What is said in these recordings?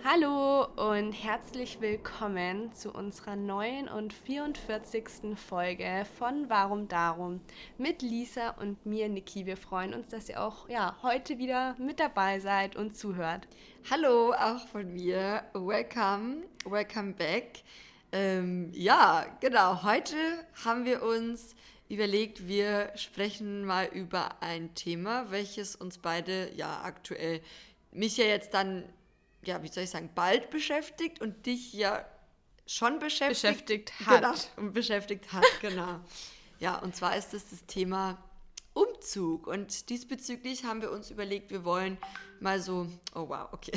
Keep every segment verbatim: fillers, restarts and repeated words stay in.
Hallo und herzlich willkommen zu unserer neuen und vierundvierzigsten Folge von Warum Darum mit Lisa und mir, Niki. Wir freuen uns, dass ihr auch ja, heute wieder mit dabei seid und zuhört. Hallo, auch von mir. Welcome, welcome back. Ähm, ja, genau. Heute haben wir uns überlegt, wir sprechen mal über ein Thema, welches uns beide ja aktuell, mich ja jetzt dann, ja, wie soll ich sagen, bald beschäftigt und dich ja schon beschäftigt. Beschäftigt Genau, hat. und beschäftigt hat, genau. Ja, und zwar ist es das Thema Umzug. Und diesbezüglich haben wir uns überlegt, wir wollen mal so, oh wow, okay.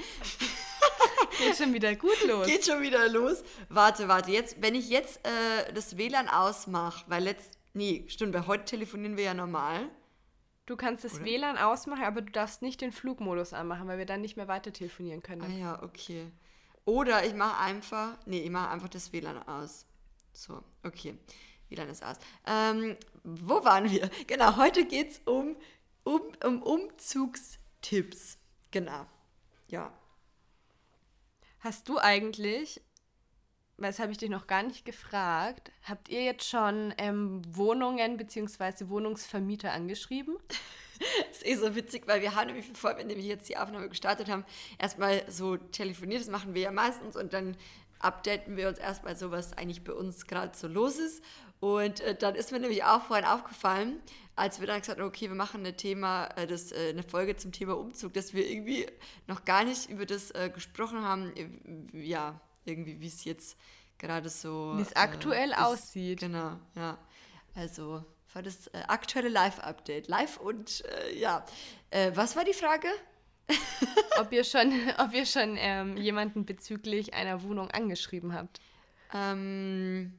Geht schon wieder gut los. Geht schon wieder los. Warte, warte, jetzt, wenn ich jetzt äh, das W L A N ausmache, weil letzt, nee, stimmt, weil heute telefonieren wir ja normal. Du kannst das Oder? W L A N ausmachen, aber du darfst nicht den Flugmodus anmachen, weil wir dann nicht mehr weiter telefonieren können. Ah ja, okay. Oder ich mache einfach, nee, ich mache einfach das W L A N aus. So, okay. W L A N ist aus. Ähm, wo waren wir? Genau, heute geht es um, um, um Umzugstipps. Genau, ja. Hast du eigentlich, weil das habe ich dich noch gar nicht gefragt, habt ihr jetzt schon ähm, Wohnungen bzw. Wohnungsvermieter angeschrieben? Das ist eh so witzig, weil wir haben nämlich, bevor wir nämlich jetzt die Aufnahme gestartet haben, erstmal so telefoniert, das machen wir ja meistens und dann updaten wir uns erstmal so, was eigentlich bei uns gerade so los ist. Und äh, dann ist mir nämlich auch vorhin aufgefallen, als wir dann gesagt haben, okay, wir machen eine, Thema, äh, das, äh, eine Folge zum Thema Umzug, dass wir irgendwie noch gar nicht über das äh, gesprochen haben, äh, ja, irgendwie, wie es jetzt gerade so Wie es aktuell äh, ist. aussieht. Genau, ja. Also war das äh, aktuelle Live-Update. Live und äh, ja. Äh, was war die Frage? Ob ihr schon, ob ihr schon ähm, jemanden bezüglich einer Wohnung angeschrieben habt. Ähm,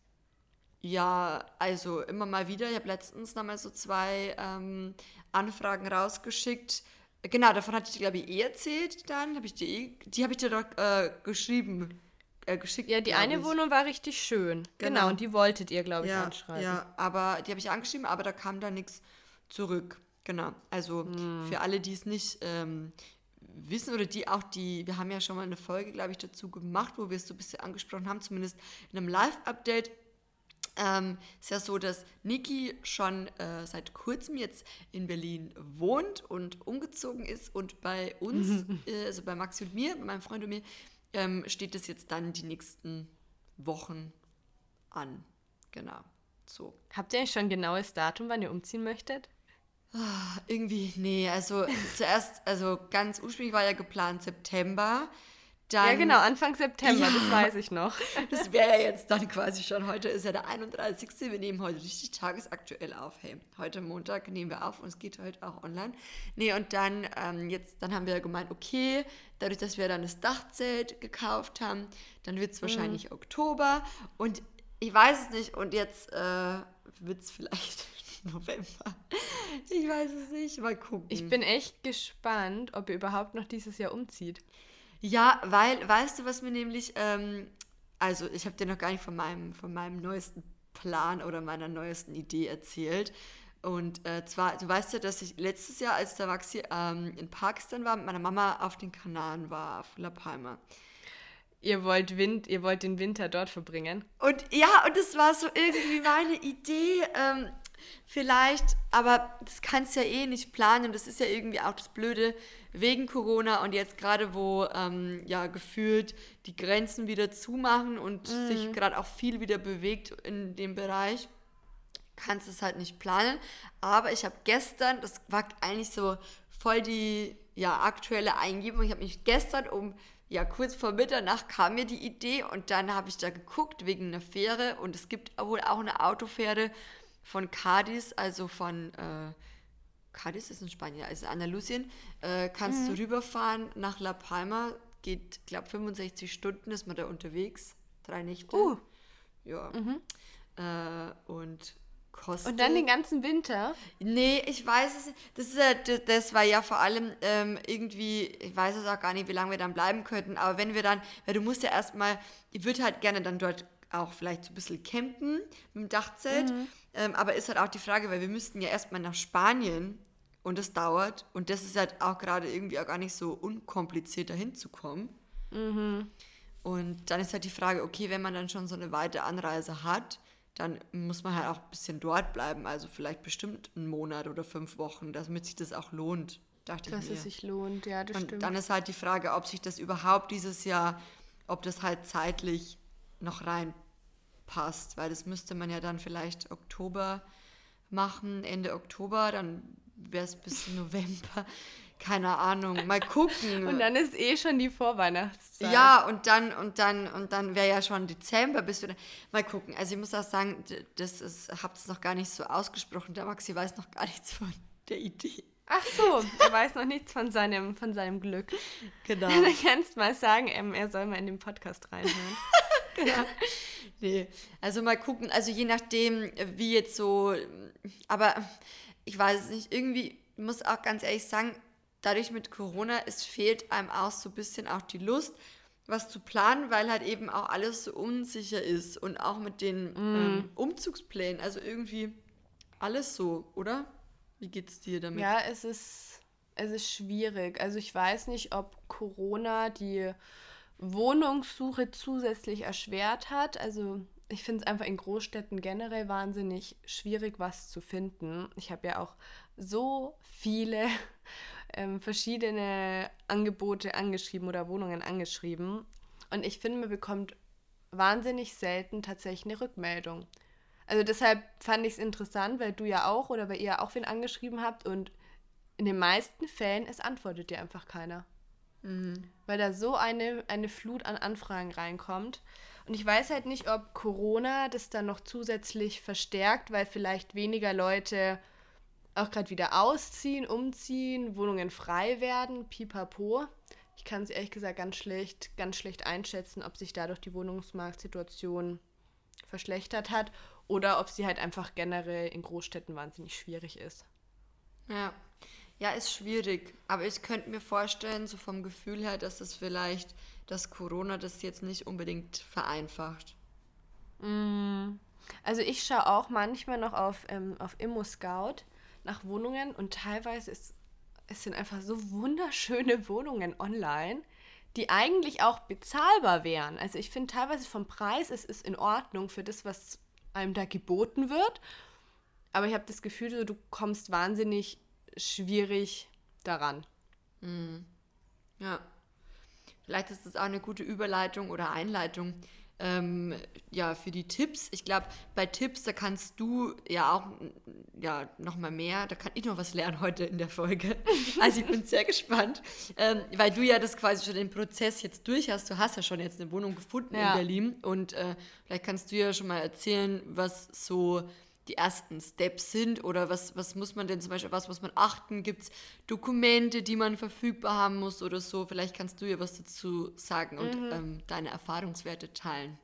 ja, also immer mal wieder. Ich habe letztens nochmal so zwei ähm, Anfragen rausgeschickt. Genau, davon hatte ich dir, glaube ich, eh erzählt dann. Hab ich dir eh, die habe ich dir doch äh, geschrieben, äh, geschickt, Ja, die glaub eine ich. Wohnung war richtig schön. Genau, Genau. und die wolltet ihr, glaube ich, Ja, anschreiben. ja, aber die habe ich angeschrieben, aber da kam da nichts zurück. Genau. Also für alle, die es nicht ähm, wissen oder die auch die, wir haben ja schon mal eine Folge, glaube ich, dazu gemacht, wo wir es so ein bisschen angesprochen haben, zumindest in einem Live-Update. Ähm, ist ja so, dass Niki schon äh, seit kurzem jetzt in Berlin wohnt und umgezogen ist und bei uns, äh, also bei Maxi und mir, bei meinem Freund und mir, ähm, steht es jetzt dann die nächsten Wochen an. Genau, so. Habt ihr eigentlich schon ein genaues Datum, wann ihr umziehen möchtet? Irgendwie, nee, also zuerst, also ganz ursprünglich war ja geplant September, dann, Ja, genau, Anfang September, Ja. das weiß ich noch. das wäre ja jetzt dann quasi schon, heute ist ja der einunddreißigste Wir nehmen heute richtig tagesaktuell auf, hey, heute Montag nehmen wir auf und es geht heute auch online. Nee, und dann, ähm, jetzt, dann haben wir ja gemeint, okay, dadurch, dass wir dann das Dachzelt gekauft haben, dann wird es wahrscheinlich Oktober und ich weiß es nicht und jetzt äh, wird es vielleicht November. Ich weiß es nicht, mal gucken. Ich bin echt gespannt, ob ihr überhaupt noch dieses Jahr umzieht. Ja, weil, weißt du, was mir nämlich, ähm, also ich habe dir noch gar nicht von meinem, von meinem neuesten Plan oder meiner neuesten Idee erzählt. Und äh, zwar, du weißt ja, dass ich letztes Jahr, als der Maxi ähm, in Pakistan war, mit meiner Mama auf den Kanaren war, auf La Palma. Ihr wollt, Wind, ihr wollt den Winter dort verbringen. Und ja, und das war so irgendwie meine Idee, ähm, vielleicht, aber das kannst du ja eh nicht planen. Das ist ja irgendwie auch das Blöde wegen Corona und jetzt gerade, wo ähm, ja gefühlt die Grenzen wieder zumachen und Mhm. sich gerade auch viel wieder bewegt in dem Bereich, kannst du es halt nicht planen. Aber ich habe gestern, das war eigentlich so voll die ja, aktuelle Eingebung, ich habe mich gestern um, ja, kurz vor Mitternacht kam mir die Idee und dann habe ich da geguckt wegen einer Fähre und es gibt wohl auch eine Autofähre von Cadiz, also von äh, Cadiz ist in Spanien, also Andalusien, äh, kannst du rüberfahren nach La Palma, geht, glaube fünfundsechzig Stunden ist man da unterwegs, drei Nächte. Uh. Ja. Äh, und kostet... Und dann den ganzen Winter? Nee, ich weiß es nicht. Das, ist ja, das, das war ja vor allem ähm, irgendwie, ich weiß es auch gar nicht, wie lange wir dann bleiben könnten, aber wenn wir dann, weil du musst ja erstmal, ich würde halt gerne dann dort auch vielleicht so ein bisschen campen mit dem Dachzelt, ähm, aber ist halt auch die Frage, weil wir müssten ja erstmal nach Spanien und es dauert und das ist halt auch gerade irgendwie auch gar nicht so unkompliziert dahin zu kommen. Mhm. Und dann ist halt die Frage, okay, wenn man dann schon so eine weite Anreise hat, dann muss man halt auch ein bisschen dort bleiben, also vielleicht bestimmt einen Monat oder fünf Wochen, damit sich das auch lohnt, dachte Dass ich mir. es sich lohnt, ja, das Und stimmt. dann ist halt die Frage, ob sich das überhaupt dieses Jahr, ob das halt zeitlich noch reinpasst, weil das müsste man ja dann vielleicht Oktober machen, Ende Oktober, dann wäre es bis November, keine Ahnung, mal gucken. Und dann ist eh schon die Vorweihnachtszeit. Ja, und dann, und dann, und dann wäre ja schon Dezember, bis wir dann, mal gucken. Also ich muss auch sagen, d- das ist, habt es noch gar nicht so ausgesprochen, der Maxi weiß noch gar nichts von der Idee. Ach so, er weiß noch nichts von seinem, von seinem Glück. Genau. Du kannst mal sagen, ähm, er soll mal in den Podcast reinhören. Genau. Nee, also mal gucken, also je nachdem, wie jetzt so, aber ich weiß es nicht, irgendwie, ich muss auch ganz ehrlich sagen, dadurch mit Corona, es fehlt einem auch so ein bisschen auch die Lust, was zu planen, weil halt eben auch alles so unsicher ist und auch mit den mm. ähm, Umzugsplänen, also irgendwie alles so, oder? Wie geht's dir damit? Ja, es ist, es ist schwierig. Also ich weiß nicht, ob Corona die Wohnungssuche zusätzlich erschwert hat. Also ich finde es einfach in Großstädten generell wahnsinnig schwierig, was zu finden. Ich habe ja auch so viele ähm, verschiedene Angebote angeschrieben oder Wohnungen angeschrieben. Und ich finde, man bekommt wahnsinnig selten tatsächlich eine Rückmeldung. Also deshalb fand ich es interessant, weil du ja auch oder weil ihr ja auch wen angeschrieben habt und in den meisten Fällen, es antwortet dir einfach keiner. Mhm. Weil da so eine, eine Flut an Anfragen reinkommt. Und ich weiß halt nicht, ob Corona das dann noch zusätzlich verstärkt, weil vielleicht weniger Leute auch gerade wieder ausziehen, umziehen, Wohnungen frei werden, pipapo. Ich kann es ehrlich gesagt ganz schlecht, ganz schlecht einschätzen, ob sich dadurch die Wohnungsmarktsituation verschlechtert hat oder ob sie halt einfach generell in Großstädten wahnsinnig schwierig ist. Ja. Ja, ist schwierig, aber ich könnte mir vorstellen, so vom Gefühl her, dass es vielleicht, dass Corona das jetzt nicht unbedingt vereinfacht. Also ich schaue auch manchmal noch auf, ähm, auf ImmoScout nach Wohnungen und teilweise ist, es sind einfach so wunderschöne Wohnungen online, die eigentlich auch bezahlbar wären. Also ich finde teilweise vom Preis, es ist in Ordnung für das, was einem da geboten wird, aber ich habe das Gefühl, so, du kommst wahnsinnig schwierig daran. Ja, vielleicht ist das auch eine gute Überleitung oder Einleitung ähm, ja, für die Tipps. Ich glaube, bei Tipps, da kannst du ja auch ja, noch mal mehr, da kann ich noch was lernen heute in der Folge. Also ich bin sehr gespannt, ähm, weil du ja das quasi schon den Prozess jetzt durch hast. Du hast ja schon jetzt eine Wohnung gefunden Ja. in Berlin und äh, vielleicht kannst du ja schon mal erzählen, was so die ersten Steps sind oder was, was muss man denn zum Beispiel, was muss man achten? Gibt es Dokumente, die man verfügbar haben muss oder so? Vielleicht kannst du ja was dazu sagen und mhm. ähm, deine Erfahrungswerte teilen.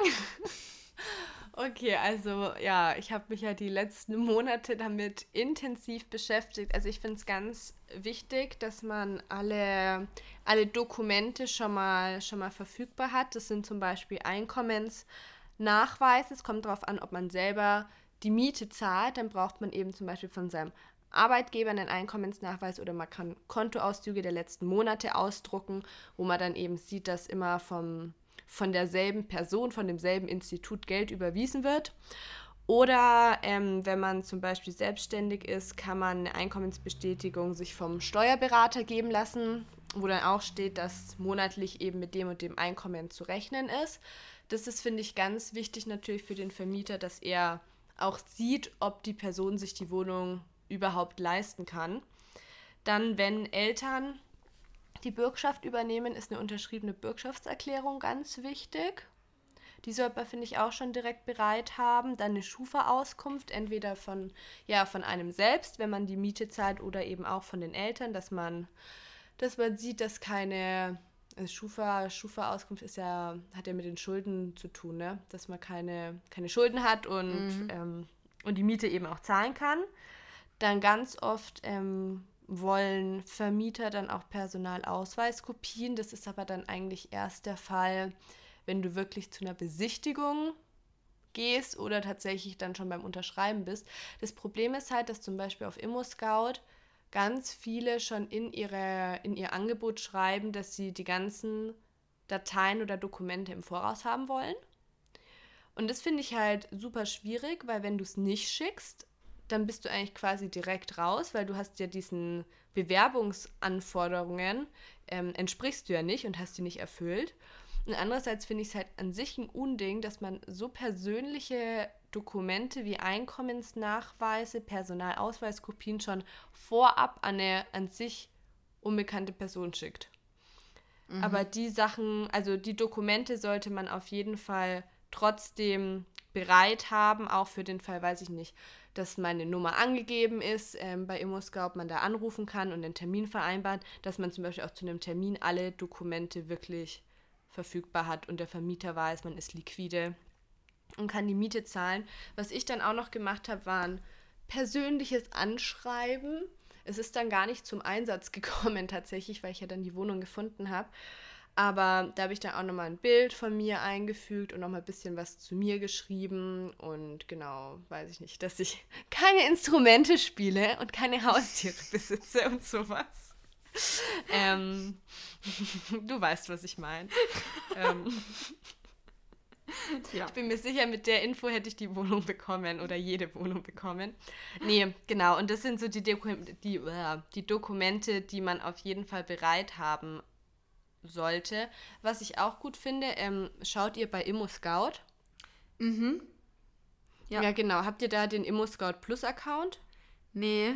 Okay, also ja, ich habe mich ja die letzten Monate damit intensiv beschäftigt. Also ich finde es ganz wichtig, dass man alle, alle Dokumente schon mal, schon mal verfügbar hat. Das sind zum Beispiel Einkommensnachweise. Es kommt darauf an, ob man selber die Miete zahlt, dann braucht man eben zum Beispiel von seinem Arbeitgeber einen Einkommensnachweis oder man kann Kontoauszüge der letzten Monate ausdrucken, wo man dann eben sieht, dass immer vom, von derselben Person, von demselben Institut Geld überwiesen wird. Oder ähm, wenn man zum Beispiel selbstständig ist, kann man eine Einkommensbestätigung sich vom Steuerberater geben lassen, wo dann auch steht, dass monatlich eben mit dem und dem Einkommen zu rechnen ist. Das ist, finde ich, ganz wichtig natürlich für den Vermieter, dass er auch sieht, ob die Person sich die Wohnung überhaupt leisten kann. Dann, wenn Eltern die Bürgschaft übernehmen, ist eine unterschriebene Bürgschaftserklärung ganz wichtig. Die sollte man, finde ich, auch schon direkt bereit haben. Dann eine Schufa-Auskunft, entweder von, ja, von einem selbst, wenn man die Miete zahlt, oder eben auch von den Eltern, dass man, dass man sieht, dass keine... Also Schufa, Schufa-Auskunft ist ja, hat ja mit den Schulden zu tun, ne? Dass man keine, keine Schulden hat und, mhm. ähm, und die Miete eben auch zahlen kann. Dann ganz oft ähm, wollen Vermieter dann auch Personalausweiskopien. Das ist aber dann eigentlich erst der Fall, wenn du wirklich zu einer Besichtigung gehst oder tatsächlich dann schon beim Unterschreiben bist. Das Problem ist halt, dass zum Beispiel auf ImmoScout ganz viele schon in, ihre, in ihr Angebot schreiben, dass sie die ganzen Dateien oder Dokumente im Voraus haben wollen. Und das finde ich halt super schwierig, weil wenn du es nicht schickst, dann bist du eigentlich quasi direkt raus, weil du hast ja diesen Bewerbungsanforderungen, ähm, entsprichst du ja nicht und hast die nicht erfüllt. Und andererseits finde ich es halt an sich ein Unding, dass man so persönliche Dokumente wie Einkommensnachweise, Personalausweiskopien schon vorab an eine an sich unbekannte Person schickt. Mhm. Aber die Sachen, also die Dokumente sollte man auf jeden Fall trotzdem bereit haben, auch für den Fall, weiß ich nicht, dass meine Nummer angegeben ist ähm, bei ImmoScout, man da anrufen kann und einen Termin vereinbaren, dass man zum Beispiel auch zu einem Termin alle Dokumente wirklich verfügbar hat und der Vermieter weiß, man ist liquide und kann die Miete zahlen. Was ich dann auch noch gemacht habe, war ein persönliches Anschreiben. Es ist dann gar nicht zum Einsatz gekommen tatsächlich, weil ich ja dann die Wohnung gefunden habe. Aber da habe ich dann auch nochmal ein Bild von mir eingefügt und nochmal ein bisschen was zu mir geschrieben. Und genau, weiß ich nicht, dass ich keine Instrumente spiele und keine Haustiere besitze und sowas. ähm, du weißt, was ich meine. ähm, ja. Ich bin mir sicher, mit der Info hätte ich die Wohnung bekommen oder jede Wohnung bekommen. Nee, genau. Und das sind so die, Doku- die, uh, die Dokumente, die man auf jeden Fall bereit haben sollte. Was ich auch gut finde, ähm, schaut ihr bei ImmoScout? Mhm. Ja. Ja, genau. Habt ihr da den ImmoScout Plus Account? Nee.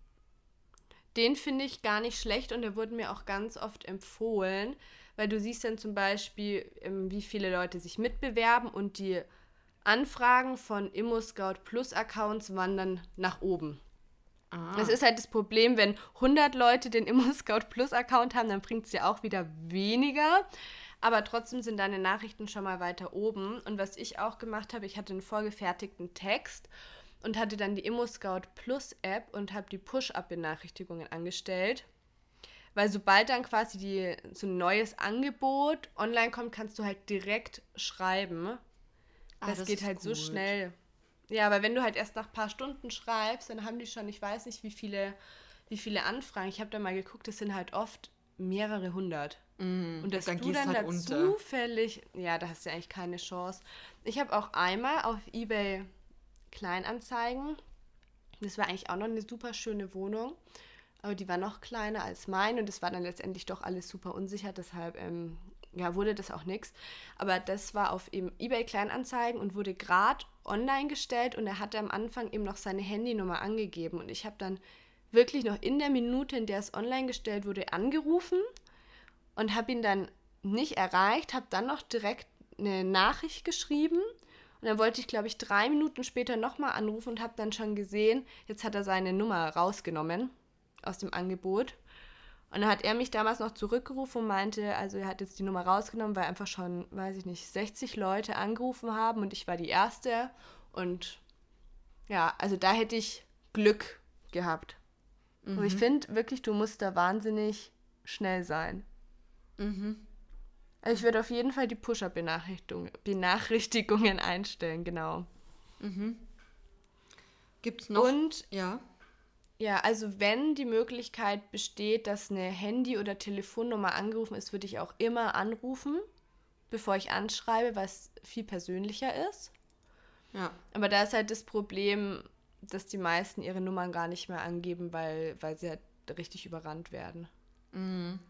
Den finde ich gar nicht schlecht und der wurde mir auch ganz oft empfohlen, weil du siehst dann zum Beispiel, ähm, wie viele Leute sich mitbewerben und die Anfragen von ImmoScout Plus Accounts wandern nach oben. Ah. Das ist halt das Problem, wenn hundert Leute den ImmoScout Plus Account haben, dann bringt es ja auch wieder weniger. Aber trotzdem sind deine Nachrichten schon mal weiter oben. Und was ich auch gemacht habe, ich hatte einen vorgefertigten Text und hatte dann die ImmoScout Plus App und habe die Push-Up-Benachrichtigungen angestellt. Weil sobald dann quasi die, so ein neues Angebot online kommt, kannst du halt direkt schreiben. Das, ah, das geht halt gut. So schnell. Ja, aber wenn du halt erst nach ein paar Stunden schreibst, dann haben die schon, ich weiß nicht, wie viele, wie viele Anfragen. Ich habe da mal geguckt, das sind halt oft mehrere hundert. Mm, und dass dann du dann halt da unter. zufällig, ja, da hast du ja eigentlich keine Chance. Ich habe auch einmal auf eBay Kleinanzeigen, das war eigentlich auch noch eine super schöne Wohnung, aber die war noch kleiner als meine und das war dann letztendlich doch alles super unsicher, deshalb ähm, ja, wurde das auch nichts. Aber das war auf eben eBay Kleinanzeigen und wurde gerade online gestellt und er hatte am Anfang eben noch seine Handynummer angegeben und ich habe dann wirklich noch in der Minute, in der es online gestellt wurde, angerufen und habe ihn dann nicht erreicht, habe dann noch direkt eine Nachricht geschrieben und dann wollte ich, glaube ich, drei Minuten später nochmal anrufen und habe dann schon gesehen, jetzt hat er seine Nummer rausgenommen aus dem Angebot. Und dann hat er mich damals noch zurückgerufen und meinte, also er hat jetzt die Nummer rausgenommen, weil einfach schon, weiß ich nicht, sechzig Leute angerufen haben und ich war die Erste. Und ja, also da hätte ich Glück gehabt. Mhm. Und ich finde wirklich, du musst da wahnsinnig schnell sein. Mhm. Also ich würde auf jeden Fall die Push-Up-Benachrichtigungen einstellen, genau. Mhm. Gibt's noch? Und ja. Ja, also wenn die Möglichkeit besteht, dass eine Handy- oder Telefonnummer angerufen ist, würde ich auch immer anrufen, bevor ich anschreibe, weil es viel persönlicher ist. Ja. Aber da ist halt das Problem, dass die meisten ihre Nummern gar nicht mehr angeben, weil, weil sie halt richtig überrannt werden. Mhm.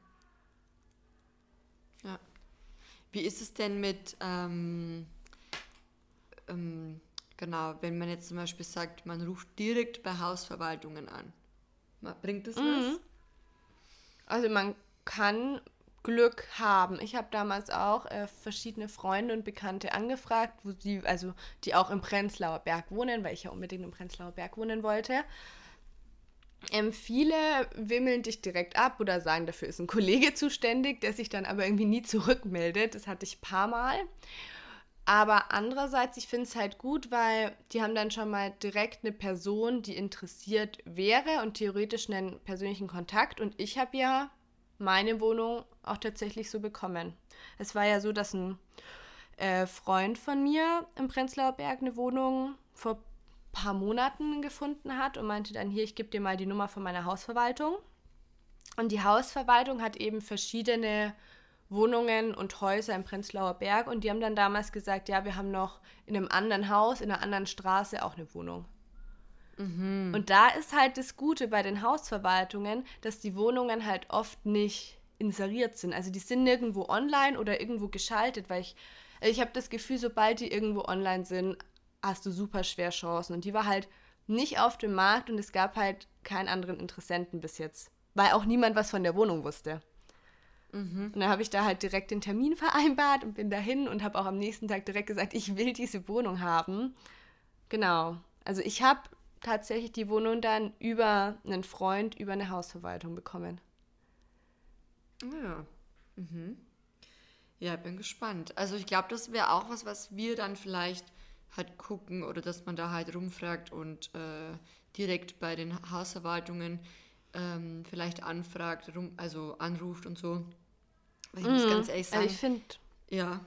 Ja. Wie ist es denn mit, ähm, ähm, genau, wenn man jetzt zum Beispiel sagt, man ruft direkt bei Hausverwaltungen an. Bringt das mhm. was? Also man kann Glück haben. Ich habe damals auch äh, verschiedene Freunde und Bekannte angefragt, wo sie, also die auch im Prenzlauer Berg wohnen, weil ich ja unbedingt im Prenzlauer Berg wohnen wollte. Ähm, viele wimmeln dich direkt ab oder sagen, dafür ist ein Kollege zuständig, der sich dann aber irgendwie nie zurückmeldet. Das hatte ich ein paar Mal. Aber andererseits, ich finde es halt gut, weil die haben dann schon mal direkt eine Person, die interessiert wäre und theoretisch einen persönlichen Kontakt. Und ich habe ja meine Wohnung auch tatsächlich so bekommen. Es war ja so, dass ein äh, Freund von mir im Prenzlauer Berg eine Wohnung vor ein paar Monaten gefunden hat und meinte dann, hier, ich gebe dir mal die Nummer von meiner Hausverwaltung. Und die Hausverwaltung hat eben verschiedene Wohnungen und Häuser im Prenzlauer Berg und die haben dann damals gesagt, ja, wir haben noch in einem anderen Haus, in einer anderen Straße auch eine Wohnung. Mhm. Und da ist halt das Gute bei den Hausverwaltungen, dass die Wohnungen halt oft nicht inseriert sind. Also die sind nirgendwo online oder irgendwo geschaltet, weil ich, ich habe das Gefühl, sobald die irgendwo online sind, hast du super schwer Chancen. Und die war halt nicht auf dem Markt und es gab halt keinen anderen Interessenten bis jetzt, weil auch niemand was von der Wohnung wusste. Mhm. Und dann habe ich da halt direkt den Termin vereinbart und bin dahin und habe auch am nächsten Tag direkt gesagt, ich will diese Wohnung haben. Genau. Also ich habe tatsächlich die Wohnung dann über einen Freund, über eine Hausverwaltung bekommen. Ja. Mhm. Ja, bin gespannt. Also ich glaube, das wäre auch was, was wir dann vielleicht halt gucken oder dass man da halt rumfragt und äh, direkt bei den Hausverwaltungen ähm, vielleicht anfragt, rum, also anruft und so. Weil ich mm, muss ganz ehrlich sagen, also ich finde, ja.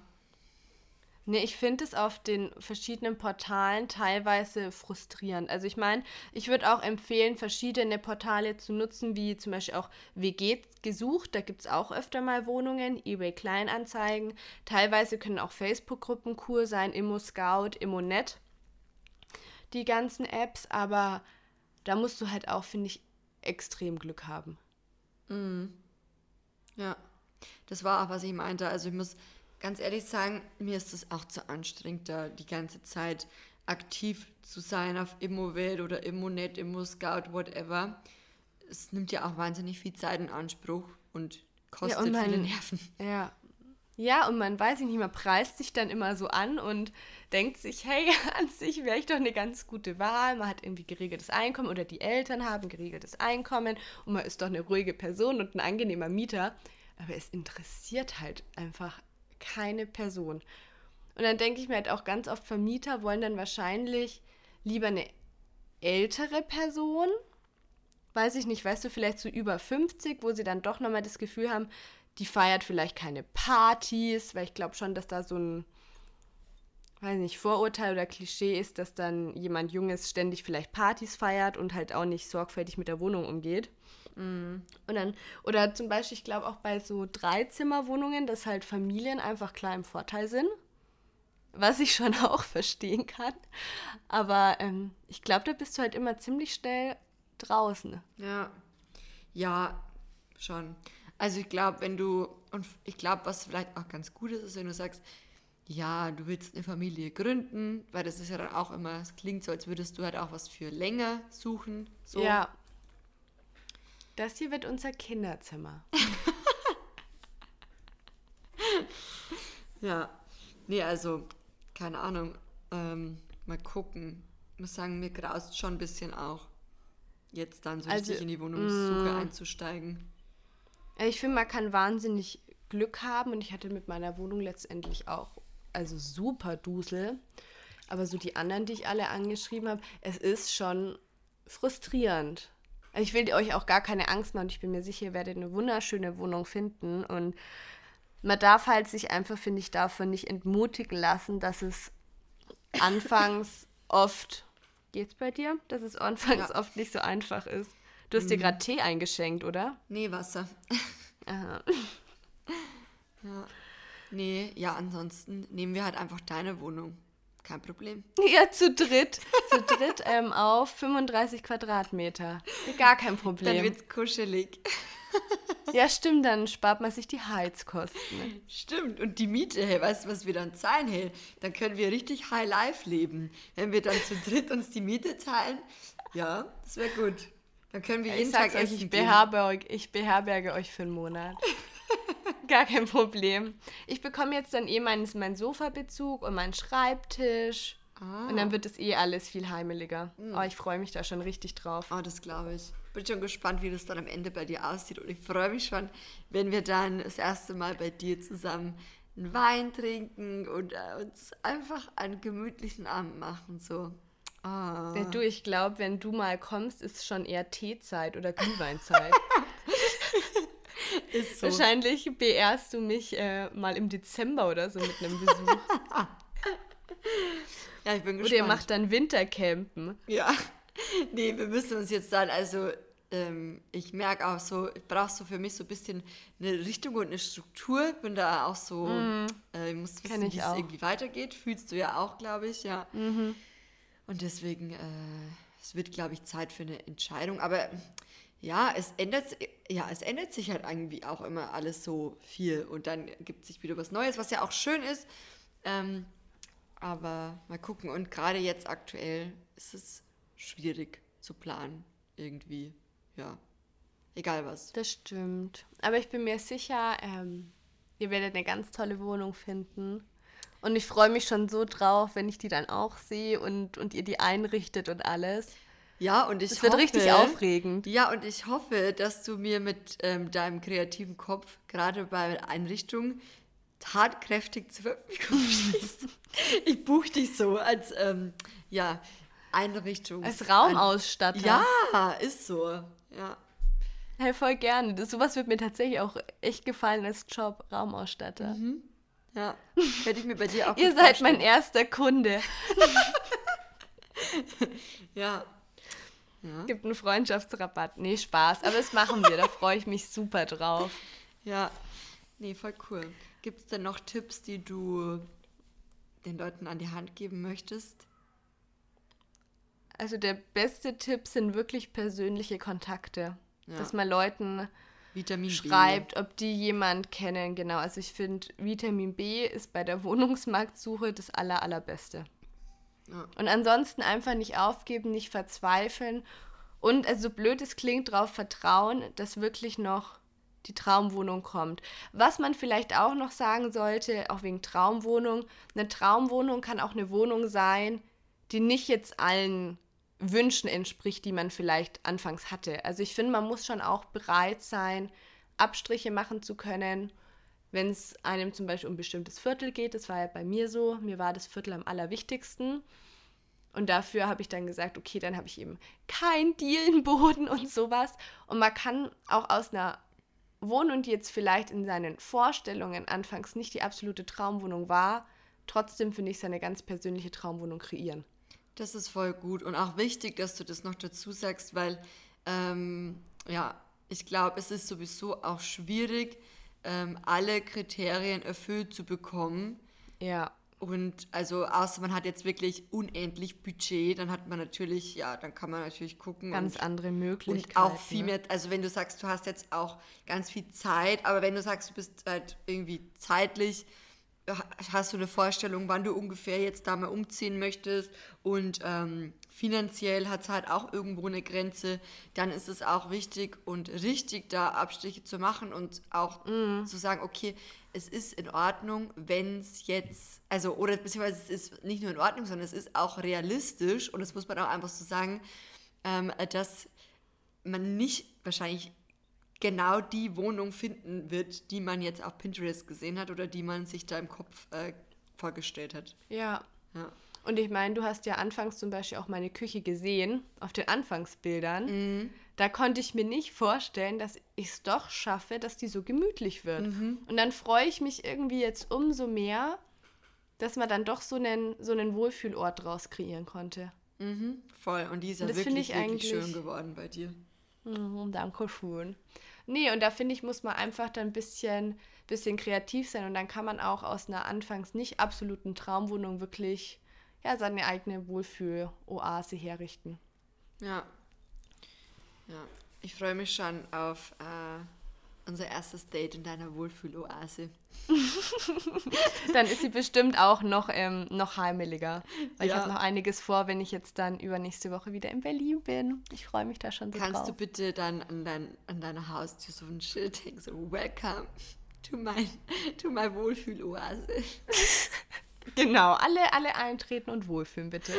Nee, ich finde es auf den verschiedenen Portalen teilweise frustrierend. Also ich meine, ich würde auch empfehlen, verschiedene Portale zu nutzen, wie zum Beispiel auch W G gesucht. Da gibt es auch öfter mal Wohnungen, eBay Kleinanzeigen. Teilweise können auch Facebook-Gruppen cool sein, Immo-Scout, Immo-Net, die ganzen Apps. Aber da musst du halt auch, finde ich, extrem Glück haben. Mhm. Ja, das war auch, was ich meinte. Also ich muss ganz ehrlich sagen, mir ist es auch zu anstrengend, da die ganze Zeit aktiv zu sein auf Immowelt oder Immonet, Immo-Scout, whatever. Es nimmt ja auch wahnsinnig viel Zeit in Anspruch und kostet ja, und man, viele Nerven. Ja. Ja, und man weiß nicht, man preist sich dann immer so an und denkt sich, hey, an sich wäre ich doch eine ganz gute Wahl. Man hat irgendwie geregeltes Einkommen oder die Eltern haben geregeltes Einkommen und man ist doch eine ruhige Person und ein angenehmer Mieter. Aber es interessiert halt einfach keine Person. Und dann denke ich mir halt auch ganz oft, Vermieter wollen dann wahrscheinlich lieber eine ältere Person, weiß ich nicht, weißt du, vielleicht so über fünfzig, wo sie dann doch nochmal das Gefühl haben, die feiert vielleicht keine Partys, weil ich glaube schon, dass da so ein, weiß nicht, Vorurteil oder Klischee ist, dass dann jemand Junges ständig vielleicht Partys feiert und halt auch nicht sorgfältig mit der Wohnung umgeht. Mm. Und dann, oder zum Beispiel, ich glaube auch bei so Dreizimmerwohnungen, dass halt Familien einfach klar im Vorteil sind, was ich schon auch verstehen kann. Aber ähm, ich glaube, da bist du halt immer ziemlich schnell draußen. Ja, ja, schon. Also ich glaube, wenn du, und ich glaube, was vielleicht auch ganz gut ist, ist, wenn du sagst, ja, du willst eine Familie gründen, weil das ist ja dann auch immer, es klingt so, als würdest du halt auch was für länger suchen. So. Ja. Das hier wird unser Kinderzimmer. Ja. Nee, also, keine Ahnung. Ähm, mal gucken. Ich muss sagen, mir graust schon ein bisschen auch, jetzt dann so also, richtig in die Wohnungssuche mm, einzusteigen. Ich finde, man kann wahnsinnig Glück haben und ich hatte mit meiner Wohnung letztendlich auch, also super Dusel. Aber so die anderen, die ich alle angeschrieben habe, es ist schon frustrierend. Ich will euch auch gar keine Angst machen. Ich bin mir sicher, ihr werdet eine wunderschöne Wohnung finden. Und man darf halt sich einfach, finde ich, davon nicht entmutigen lassen, dass es anfangs oft, geht's bei dir? Dass es anfangs ja. oft nicht so einfach ist. Du hast mhm. dir gerade Tee eingeschenkt, oder? Nee, Wasser. Aha. Ja. Nee, ja, ansonsten nehmen wir halt einfach deine Wohnung. Kein Problem. Ja, zu dritt. Zu dritt ähm, auf fünfunddreißig Quadratmeter. Gar kein Problem. Dann wird's kuschelig. Ja, stimmt, dann spart man sich die Heizkosten. Stimmt, und die Miete, hey, weißt du, was wir dann zahlen, hey? Dann können wir richtig High Life leben. Wenn wir dann zu dritt uns die Miete teilen, ja, das wäre gut. Dann können wir ja, jeden Tag euch, essen ich beherberge, ich beherberge euch für einen Monat. Gar kein Problem. Ich bekomme jetzt dann eh meinen, meinen Sofabezug und meinen Schreibtisch. Ah. Und dann wird es eh alles viel heimeliger. Mhm. Oh, ich freue mich da schon richtig drauf. Oh, das glaube ich. Bin schon gespannt, wie das dann am Ende bei dir aussieht. Und ich freue mich schon, wenn wir dann das erste Mal bei dir zusammen einen Wein trinken und äh, uns einfach einen gemütlichen Abend machen. So. Oh. Ja, du, ich glaube, wenn du mal kommst, ist schon eher Teezeit oder Glühweinzeit. Ist so. Wahrscheinlich beehrst du mich äh, mal im Dezember oder so mit einem Besuch. Ja, ich bin gespannt. Oder ihr macht dann Wintercampen. Ja, nee, wir müssen uns jetzt dann, also ähm, ich merke auch so, ich brauche so für mich so ein bisschen eine Richtung und eine Struktur. Bin da auch so, mm, äh, ich muss wissen, wie es irgendwie weitergeht. Fühlst du ja auch, glaube ich, ja. Mhm. Und deswegen, äh, es wird, glaube ich, Zeit für eine Entscheidung. Aber ja, es ändert, ja, es ändert sich halt irgendwie auch immer alles so viel. Und dann gibt sich wieder was Neues, was ja auch schön ist. Ähm, aber mal gucken. Und gerade jetzt aktuell ist es schwierig zu planen. Irgendwie, ja. Egal was. Das stimmt. Aber ich bin mir sicher, ähm, ihr werdet eine ganz tolle Wohnung finden. Und ich freue mich schon so drauf, wenn ich die dann auch sehe und, und ihr die einrichtet und alles. Ja, und ich das hoffe... Das wird richtig aufregend. Ja, und ich hoffe, dass du mir mit ähm, deinem kreativen Kopf gerade bei Einrichtung tatkräftig zur Verfügung stehst. Ich buche dich so als, ähm, ja, Einrichtung. Als Raumausstatter. Ja, ist so, ja. Hey, voll gerne. Das, sowas wird mir tatsächlich auch echt gefallen als Job, Raumausstatter. Mhm. Ja, hätte ich mir bei dir auch Ihr seid vorstellen. Mein erster Kunde. Ja. Ja. Gibt einen Freundschaftsrabatt. Nee, Spaß. Aber das machen wir. Da freue ich mich super drauf. Ja. Nee, voll cool. Gibt es denn noch Tipps, die du den Leuten an die Hand geben möchtest? Also der beste Tipp sind wirklich persönliche Kontakte. Ja. Dass man Leuten Vitamin schreibt, B. ob die jemand kennen. Genau, also ich finde, Vitamin B ist bei der Wohnungsmarktsuche das aller, allerbeste. Ja. Und ansonsten einfach nicht aufgeben, nicht verzweifeln und, also so blöd es klingt, darauf vertrauen, dass wirklich noch die Traumwohnung kommt. Was man vielleicht auch noch sagen sollte, auch wegen Traumwohnung, eine Traumwohnung kann auch eine Wohnung sein, die nicht jetzt allen Wünschen entspricht, die man vielleicht anfangs hatte. Also ich finde, man muss schon auch bereit sein, Abstriche machen zu können, wenn es einem zum Beispiel um ein bestimmtes Viertel geht. Das war ja bei mir so. Mir war das Viertel am allerwichtigsten. Und dafür habe ich dann gesagt, okay, dann habe ich eben keinen Dielenboden und sowas. Und man kann auch aus einer Wohnung, die jetzt vielleicht in seinen Vorstellungen anfangs nicht die absolute Traumwohnung war, trotzdem, finde ich, seine ganz persönliche Traumwohnung kreieren. Das ist voll gut und auch wichtig, dass du das noch dazu sagst, weil, ähm, ja, ich glaube, es ist sowieso auch schwierig, ähm, alle Kriterien erfüllt zu bekommen. Ja. Und also, außer man hat jetzt wirklich unendlich Budget, dann hat man natürlich, ja, dann kann man natürlich gucken. Ganz und, andere Möglichkeiten. Und auch viel ne? mehr, also wenn du sagst, du hast jetzt auch ganz viel Zeit, aber wenn du sagst, du bist halt irgendwie zeitlich, hast du eine Vorstellung, wann du ungefähr jetzt da mal umziehen möchtest und ähm, finanziell hat es halt auch irgendwo eine Grenze, dann ist es auch wichtig und richtig, da Abstriche zu machen und auch mm. zu sagen, okay, es ist in Ordnung, wenn es jetzt, also, oder beziehungsweise es ist nicht nur in Ordnung, sondern es ist auch realistisch und das muss man auch einfach so sagen, ähm, dass man nicht wahrscheinlich genau die Wohnung finden wird, die man jetzt auf Pinterest gesehen hat oder die man sich da im Kopf äh, vorgestellt hat. Ja. ja. Und ich meine, du hast ja anfangs zum Beispiel auch meine Küche gesehen, auf den Anfangsbildern. Mhm. Da konnte ich mir nicht vorstellen, dass ich es doch schaffe, dass die so gemütlich wird. Mhm. Und dann freue ich mich irgendwie jetzt umso mehr, dass man dann doch so einen, so einen Wohlfühlort draus kreieren konnte. Mhm. Voll. Und die ist ja wirklich, wirklich schön geworden bei dir. Mhm, danke schön. Nee, und da finde ich, muss man einfach dann ein bisschen, bisschen kreativ sein und dann kann man auch aus einer anfangs nicht absoluten Traumwohnung wirklich ja, seine eigene Wohlfühl-Oase herrichten. Ja. Ja, ich freue mich schon auf äh, unser erstes Date in deiner Wohlfühl-Oase. Dann ist sie bestimmt auch noch, ähm, noch heimeliger. Weil ja. Ich habe noch einiges vor, wenn ich jetzt dann übernächste Woche wieder in Berlin bin. Ich freue mich da schon so Kannst drauf. Kannst du bitte dann an, dein, an deiner Haustür so ein Schild hängen, so Welcome to my, to my Wohlfühl-Oase. Genau, alle, alle eintreten und wohlfühlen, bitte.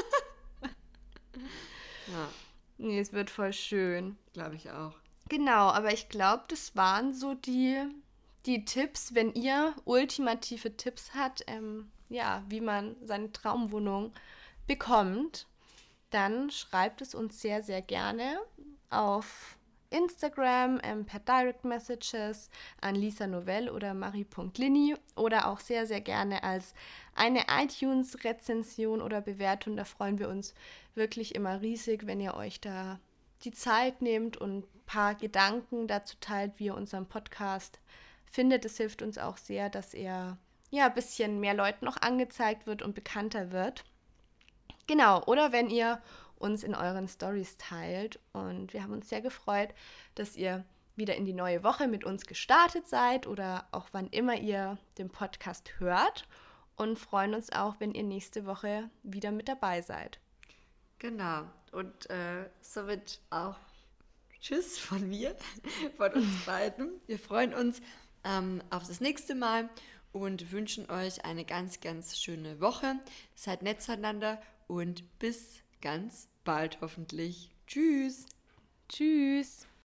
Ja. Nee, es wird voll schön. Glaube ich auch. Genau, aber ich glaube, das waren so die, die Tipps, wenn ihr ultimative Tipps habt, ähm, ja, wie man seine Traumwohnung bekommt, dann schreibt es uns sehr, sehr gerne auf Instagram ähm, per Direct Messages an Lisa Novell oder marie.lini oder auch sehr, sehr gerne als eine iTunes-Rezension oder Bewertung. Da freuen wir uns wirklich immer riesig, wenn ihr euch da die Zeit nehmt und ein paar Gedanken dazu teilt, wie ihr unseren Podcast findet. Es hilft uns auch sehr, dass er ja ein bisschen mehr Leuten noch angezeigt wird und bekannter wird. Genau, oder wenn ihr uns in euren Stories teilt. Und wir haben uns sehr gefreut, dass ihr wieder in die neue Woche mit uns gestartet seid oder auch wann immer ihr den Podcast hört und freuen uns auch, wenn ihr nächste Woche wieder mit dabei seid. Genau. Und äh, somit auch Tschüss von mir, von uns beiden. Wir freuen uns ähm, auf das nächste Mal und wünschen euch eine ganz, ganz schöne Woche. Seid nett zueinander und bis ganz bald hoffentlich. Tschüss. Tschüss.